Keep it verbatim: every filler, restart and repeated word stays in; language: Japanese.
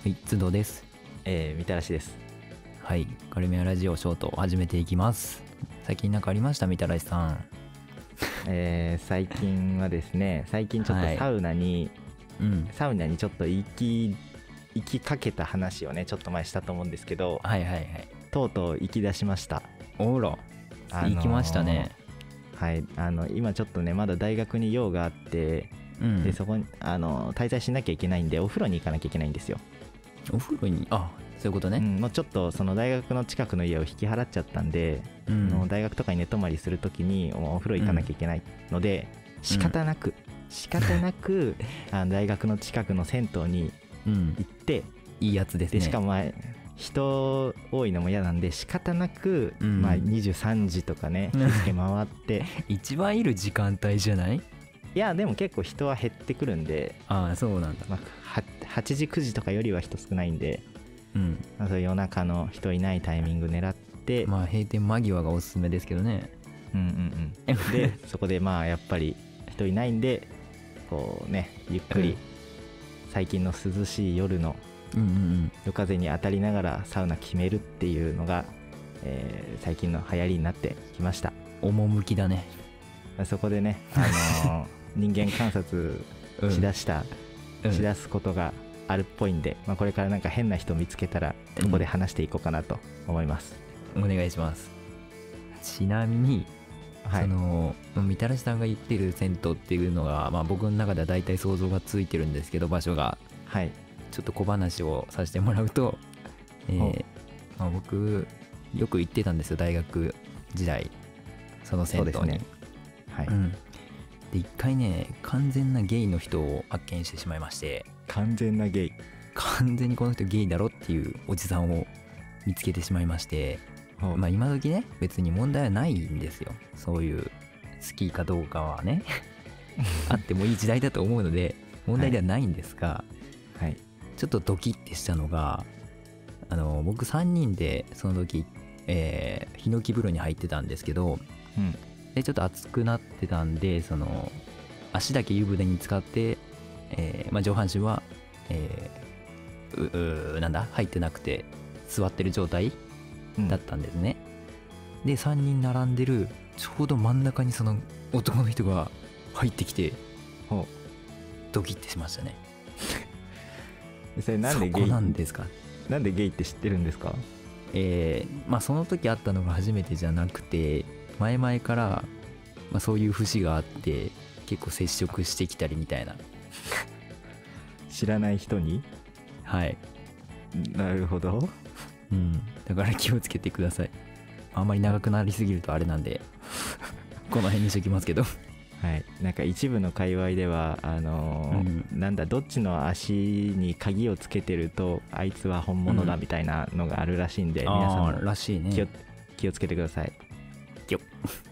はい、津藤です。 えー、みたらしです。 はい、カルミアラジオショートを始めていきます。最近何かありました、みたらしさん？ えー、最近はですね、最近ちょっとサウナに、 はい、うん、 サウナにちょっと行き行きかけた話をね、ちょっと前したと思うんですけど、 はいはいはい。 とうとう行き出しました。 おら、あのー、行きましたね。 はい、あの今ちょっとね、まだ大学に用があって、うん、でそこにあの滞在しなきゃいけないんで、お風呂に行かなきゃいけないんですよ。 お風呂に、あ、そういうことね。 うん、もうちょっとその大学の近くの家を引き払っちゃったんで、うん、の大学とかに寝泊まりするときにお風呂行かなきゃいけないので、うん、仕方なく、うん、仕方なくあの大学の近くの銭湯に行って、うん、 いいやつですね。 でしかも人多いのも嫌なんで、仕方なく、うん、まあ、にじゅうさんじとかね日付回って一番いる時間帯じゃない？ いやでも結構人は減ってくるんで、 ああそうなんだ、 まあ、はちじくじとかよりは人少ないんで、うんまあ、そういう夜中の人いないタイミング狙って、 まあ閉店間際がおすすめですけどね。 うんうんうんでそこでまあやっぱり人いないんで、こうねゆっくり最近の涼しい夜の夜風に当たりながらサウナ決めるっていうのが、えー、最近の流行りになってきました。 趣だね。 そこでね、あのー、人間観察しだした、うん、しだすことがあるっぽいんで、まあ、これからなんか変な人見つけたらここで話していこうかなと思います、 うん、お願いします。ちなみに、はい、そのみたらしさんが言ってる銭湯っていうのが、まあ、僕の中では大体想像がついてるんですけど、場所が、はい、ちょっと小話をさせてもらうと、えーまあ、僕よく行ってたんですよ、大学時代、その銭湯に。そうですね、はい、うん、で一回ね、完全なゲイの人を発見してしまいまして。 完全なゲイ、 完全にこの人ゲイだろっていうおじさんを見つけてしまいまして、まあ今時ね別に問題はないんですよ、そういう好きかどうかはねあってもいい時代だと思うので問題ではないんですが、はいはい、ちょっとドキッてしたのが、あの僕さんにんでその時、えー、ヒノキ風呂に入ってたんですけど、うん、でちょっと暑くなってたんで、その足だけ湯船に浸かって、えーまあ、上半身は、えー、ううなんだ入ってなくて座ってる状態だったんですね、うん、でさんにん並んでるちょうど真ん中にその男の人が入ってきて、ドキッてしましたねそれなんでゲイそこなんですか？ なんでゲイって知ってるんですか？ えー、まあその時会ったのが初めてじゃなくて、前々から、まあ、そういう節があって結構接触してきたりみたいな知らない人に？ はい、 なるほど、 うん、だから気をつけてください。あんまり長くなりすぎるとあれなんでこの辺にしときますけどはい、なんか一部の界隈ではあのーうん、なんだどっちの足に鍵をつけてるとあいつは本物だみたいなのがあるらしいんで、うん、皆さんもらしいね、 気を、気をつけてください。 気を